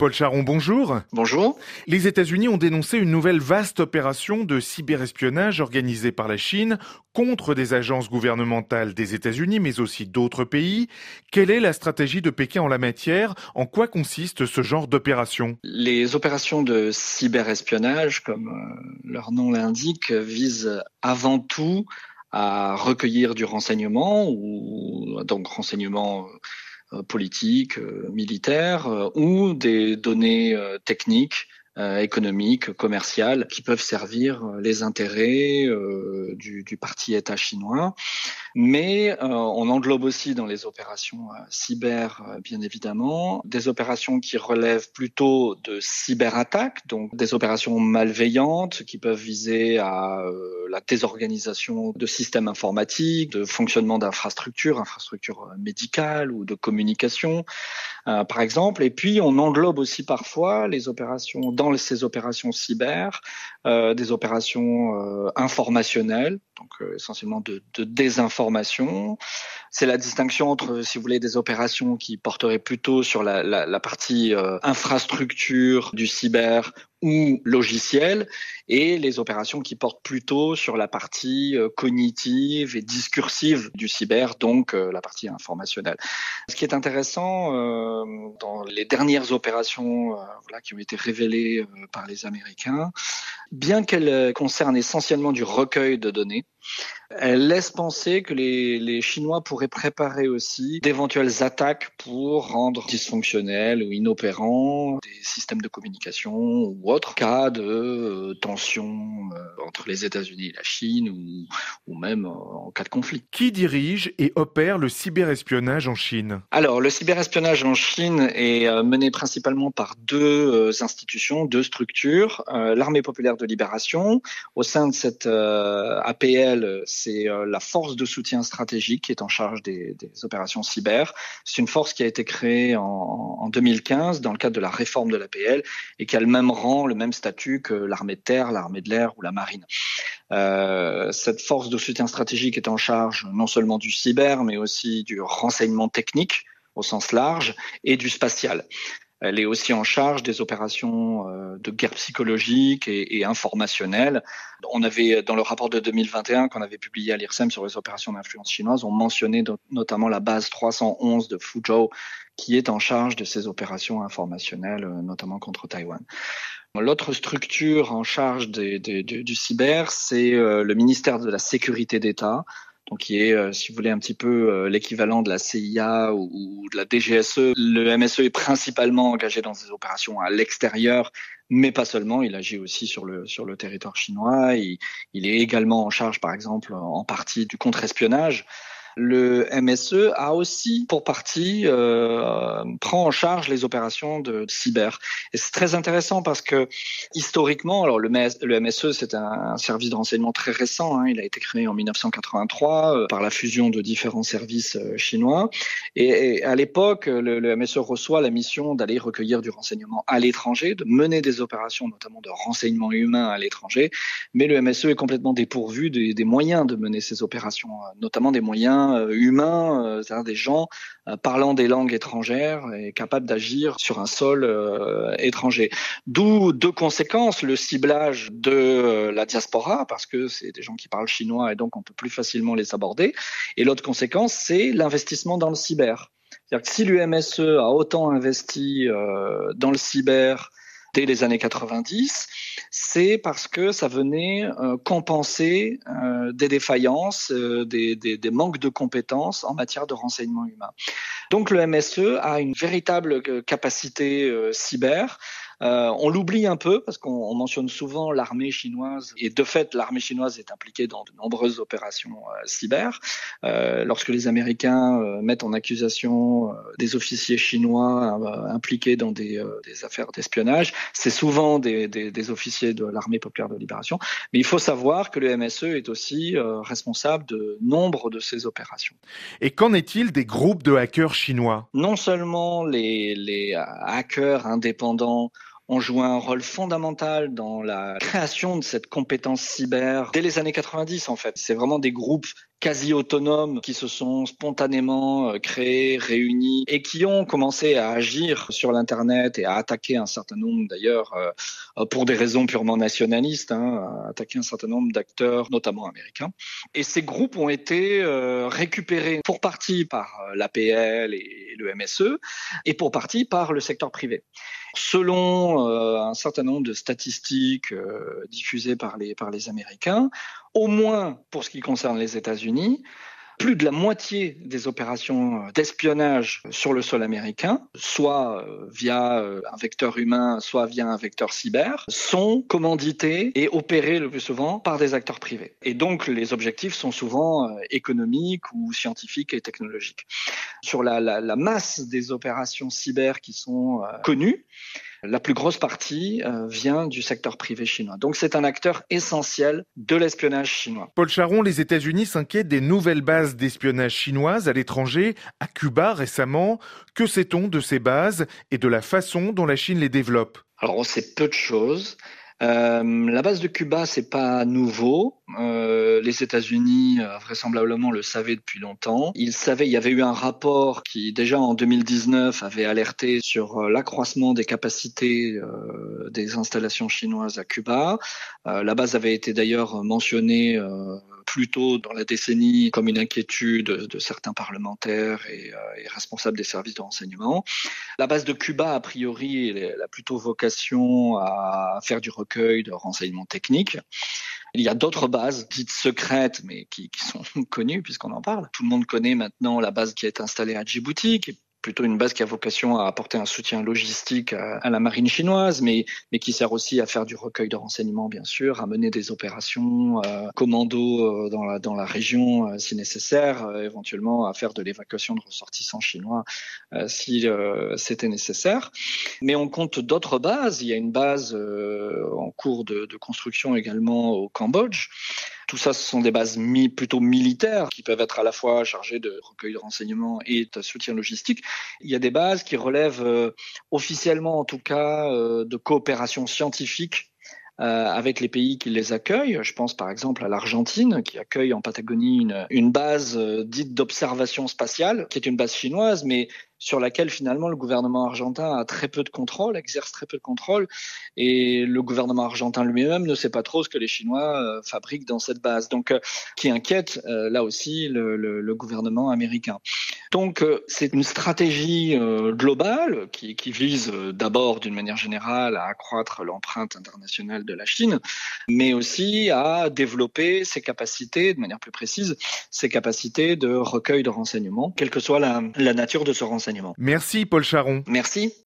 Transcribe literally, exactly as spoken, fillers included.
Paul Charon, bonjour. Bonjour. Les États-Unis ont dénoncé une nouvelle vaste opération de cyberespionnage organisée par la Chine contre des agences gouvernementales des États-Unis, mais aussi d'autres pays. Quelle est la stratégie de Pékin en la matière? En quoi consiste ce genre d'opération? Les opérations de cyberespionnage, comme euh, leur nom l'indique, visent avant tout à recueillir du renseignement, ou donc renseignement euh, politique, euh, militaire, euh, ou des données euh, techniques, euh, économiques, commerciales, qui peuvent servir euh, les intérêts euh, du, du parti État chinois. Mais euh, on englobe aussi dans les opérations euh, cyber, euh, bien évidemment, des opérations qui relèvent plutôt de cyberattaques, donc des opérations malveillantes qui peuvent viser à euh, la désorganisation de systèmes informatiques, de fonctionnement d'infrastructures, infrastructures médicales ou de communication, euh, par exemple. Et puis on englobe aussi parfois les opérations dans ces opérations cyber, euh, des opérations euh, informationnelles, donc euh, essentiellement de, de désinformation. C'est la distinction entre, si vous voulez, des opérations qui porteraient plutôt sur la, la, la partie euh, infrastructure du cyber ou logiciel, et les opérations qui portent plutôt sur la partie euh, cognitive et discursive du cyber, donc euh, la partie informationnelle. Ce qui est intéressant euh, dans les dernières opérations euh, voilà, qui ont été révélées euh, par les Américains, bien qu'elles concernent essentiellement du recueil de données, elle laisse penser que les, les Chinois pourraient préparer aussi d'éventuelles attaques pour rendre dysfonctionnels ou inopérants des systèmes de communication ou autres cas de euh, tension euh, entre les États-Unis et la Chine, ou, ou même euh, en cas de conflit. Qui dirige et opère le cyberespionnage en Chine? Alors, le cyberespionnage en Chine est euh, mené principalement par deux euh, institutions, deux structures. Euh, L'Armée populaire de libération. Au sein de cette euh, A P L, c'est euh, la force de soutien stratégique qui est en charge des, des opérations cyber. C'est une force qui a été créée en, en deux mille quinze dans le cadre de la réforme de l'A P L et qui a le même rang, le même statut que l'armée de terre, l'armée de l'air ou la marine. Euh, cette force de soutien stratégique est en charge non seulement du cyber, mais aussi du renseignement technique au sens large et du spatial. Elle est aussi en charge des opérations euh, de guerre psychologique et, et informationnelle. On avait, dans le rapport de deux mille vingt et un qu'on avait publié à l'I R S E M sur les opérations d'influence chinoise, on mentionnait do- notamment la base trois cent onze de Fuzhou, qui est en charge de ces opérations informationnelles, euh, notamment contre Taïwan. L'autre structure en charge des, des, du, du cyber, c'est euh, le ministère de la Sécurité d'État, donc qui est, euh, si vous voulez, un petit peu euh, l'équivalent de la C I A ou, ou de la D G S E. Le M S E est principalement engagé dans des opérations à l'extérieur, mais pas seulement. Il agit aussi sur le sur le territoire chinois. Il, il est également en charge, par exemple, en partie du contre-espionnage. Le M S E a aussi, pour partie, euh, prend en charge les opérations de, de cyber. Et c'est très intéressant parce que, historiquement, alors le, le M S E, c'est un, un service de renseignement très récent. Hein, il a été créé en dix-neuf cent quatre-vingt-trois euh, par la fusion de différents services euh, chinois. Et, et à l'époque, le, le M S E reçoit la mission d'aller recueillir du renseignement à l'étranger, de mener des opérations, notamment de renseignement humain à l'étranger. Mais le M S E est complètement dépourvu des, des moyens de mener ces opérations, notamment des moyens humains, c'est-à-dire des gens parlant des langues étrangères et capables d'agir sur un sol euh, étranger. D'où deux conséquences: le ciblage de euh, la diaspora, parce que c'est des gens qui parlent chinois et donc on peut plus facilement les aborder. Et l'autre conséquence, c'est l'investissement dans le cyber. C'est-à-dire que si l'U M S E a autant investi euh, dans le cyber dès les années quatre-vingt-dix, c'est parce que ça venait euh, compenser euh, des défaillances, euh, des, des, des manques de compétences en matière de renseignement humain. Donc le M S E a une véritable capacité euh, cyber. Euh, on l'oublie un peu parce qu'on on mentionne souvent l'armée chinoise, et de fait l'armée chinoise est impliquée dans de nombreuses opérations euh, cyber. Euh, lorsque les Américains euh, mettent en accusation euh, des officiers chinois euh, impliqués dans des, euh, des affaires d'espionnage, c'est souvent des, des, des officiers de l'armée populaire de libération. Mais il faut savoir que le M S E est aussi euh, responsable de nombre de ces opérations. Et qu'en est-il des groupes de hackers chinois? Non seulement les, les hackers indépendants ont joué un rôle fondamental dans la création de cette compétence cyber dès les années quatre-vingt-dix, en fait. C'est vraiment des groupes quasi autonomes qui se sont spontanément créés, réunis et qui ont commencé à agir sur l'Internet et à attaquer un certain nombre, d'ailleurs, euh, pour des raisons purement nationalistes, hein, à attaquer un certain nombre d'acteurs, notamment américains. Et ces groupes ont été euh, récupérés pour partie par l'A P L et le M S E et pour partie par le secteur privé. Selon euh, un certain nombre de statistiques euh, diffusées par les, par les Américains, au moins pour ce qui concerne les États-Unis, plus de la moitié des opérations d'espionnage sur le sol américain, soit via un vecteur humain, soit via un vecteur cyber, sont commanditées et opérées le plus souvent par des acteurs privés. Et donc, les objectifs sont souvent économiques ou scientifiques et technologiques. Sur la, la, la masse des opérations cyber qui sont connues, la plus grosse partie euh, vient du secteur privé chinois. Donc c'est un acteur essentiel de l'espionnage chinois. Paul Charon, les États-Unis s'inquiètent des nouvelles bases d'espionnage chinoises à l'étranger, à Cuba récemment. Que sait-on de ces bases et de la façon dont la Chine les développe ? Alors on sait peu de choses. Euh, la base de Cuba, c'est pas nouveau. Euh, les États-Unis, euh, vraisemblablement, le savaient depuis longtemps. Ils savaient, il y avait eu un rapport qui, déjà en deux mille dix-neuf, avait alerté sur euh, l'accroissement des capacités euh, des installations chinoises à Cuba. Euh, la base avait été d'ailleurs mentionnée euh, plus tôt dans la décennie comme une inquiétude de, de certains parlementaires et, euh, et responsables des services de renseignement. La base de Cuba, a priori, elle a plutôt vocation à faire du recueil de renseignements techniques. Il y a d'autres bases dites secrètes, mais qui, qui sont connues puisqu'on en parle. Tout le monde connaît maintenant la base qui est installée à Djibouti, qui est plutôt une base qui a vocation à apporter un soutien logistique à, à la marine chinoise, mais, mais qui sert aussi à faire du recueil de renseignements, bien sûr, à mener des opérations euh, commando euh, dans, la, dans la région euh, si nécessaire, euh, éventuellement à faire de l'évacuation de ressortissants chinois euh, si euh, c'était nécessaire. Mais on compte d'autres bases. Il y a une base euh, en cours de, de construction également au Cambodge. Tout ça, ce sont des bases mi- plutôt militaires qui peuvent être à la fois chargées de recueil de renseignements et de soutien logistique. Il y a des bases qui relèvent euh, officiellement, en tout cas, euh, de coopération scientifique euh, avec les pays qui les accueillent. Je pense par exemple à l'Argentine qui accueille en Patagonie une, une base euh, dite d'observation spatiale, qui est une base chinoise, mais sur laquelle finalement le gouvernement argentin a très peu de contrôle, exerce très peu de contrôle, et le gouvernement argentin lui-même ne sait pas trop ce que les Chinois euh, fabriquent dans cette base, donc euh, qui inquiète euh, là aussi le, le, le gouvernement américain. Donc euh, c'est une stratégie euh, globale qui, qui vise euh, d'abord d'une manière générale à accroître l'empreinte internationale de la Chine, mais aussi à développer ses capacités, de manière plus précise, ses capacités de recueil de renseignements, quelle que soit la, la nature de ce renseignement. Merci Paul Charon. Merci.